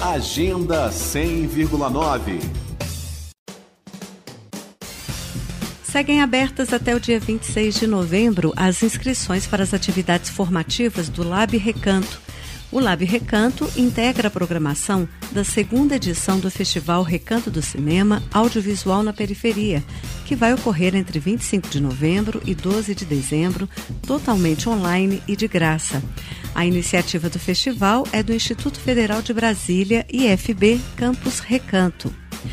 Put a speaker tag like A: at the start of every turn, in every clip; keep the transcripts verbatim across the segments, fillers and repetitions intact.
A: Agenda cem vírgula nove.
B: Seguem abertas até o dia vinte e seis de novembro as inscrições para as atividades formativas do Lab Recanto. O Lab Recanto integra a programação da segunda edição do Festival Recanto do Cinema Audiovisual na Periferia, que vai ocorrer entre vinte e cinco de novembro e doze de dezembro, totalmente online e de graça. A iniciativa do festival é do Instituto Federal de Brasília e I F B Campus Recanto.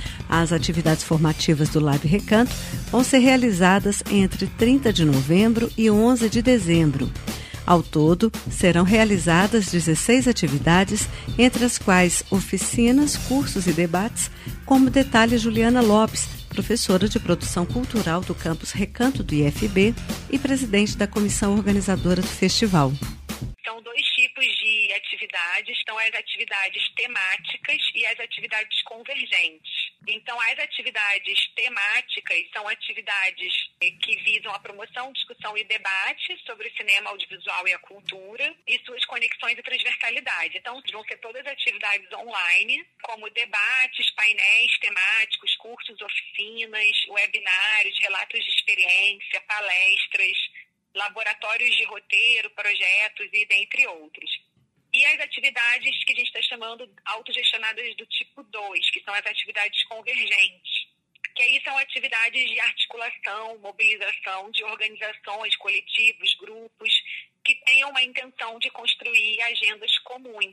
B: As atividades formativas do Lab Recanto vão ser realizadas entre trinta de novembro e onze de dezembro. Ao todo, serão realizadas dezesseis atividades, entre as quais oficinas, cursos e debates, como detalha Juliana Lopes, professora de produção cultural do Campus Recanto do I F B e presidente da comissão organizadora do festival.
C: São dois tipos de atividades, são as atividades temáticas e as atividades convergentes. Então, as atividades temáticas são atividades que visam a promoção, discussão e debate sobre o cinema, audiovisual e a cultura e suas conexões e transversalidade. Então, vão ser todas atividades online, como debates, painéis temáticos, cursos, oficinas, webinários, relatos de experiência, palestras, laboratórios de roteiro, projetos e dentre outros. E as atividades que a gente está chamando autogestionadas do tipo dois, que são as atividades convergentes, que aí são atividades de articulação, mobilização de organizações, coletivos, grupos, que tenham uma intenção de construir agendas comuns.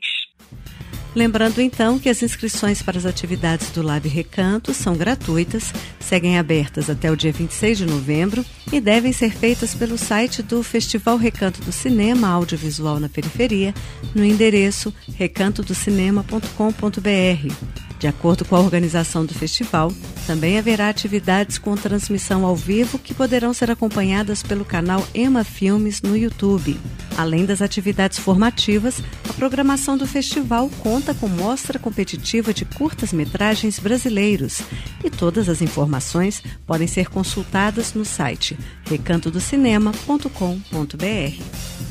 B: Lembrando então que as inscrições para as atividades do Lab Recanto são gratuitas, seguem abertas até o dia vinte e seis de novembro e devem ser feitas pelo site do Festival Recanto do Cinema Audiovisual na Periferia, no endereço recanto do cinema ponto com ponto b r. De acordo com a organização do festival, também haverá atividades com transmissão ao vivo que poderão ser acompanhadas pelo canal Ema Filmes no YouTube. Além das atividades formativas, a programação do festival conta com mostra competitiva de curtas-metragens brasileiros e todas as informações podem ser consultadas no site recanto do cinema ponto com ponto b r.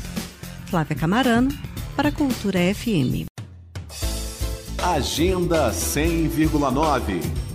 B: Flávia Camarano, para a Cultura F M.
A: Agenda cem vírgula nove.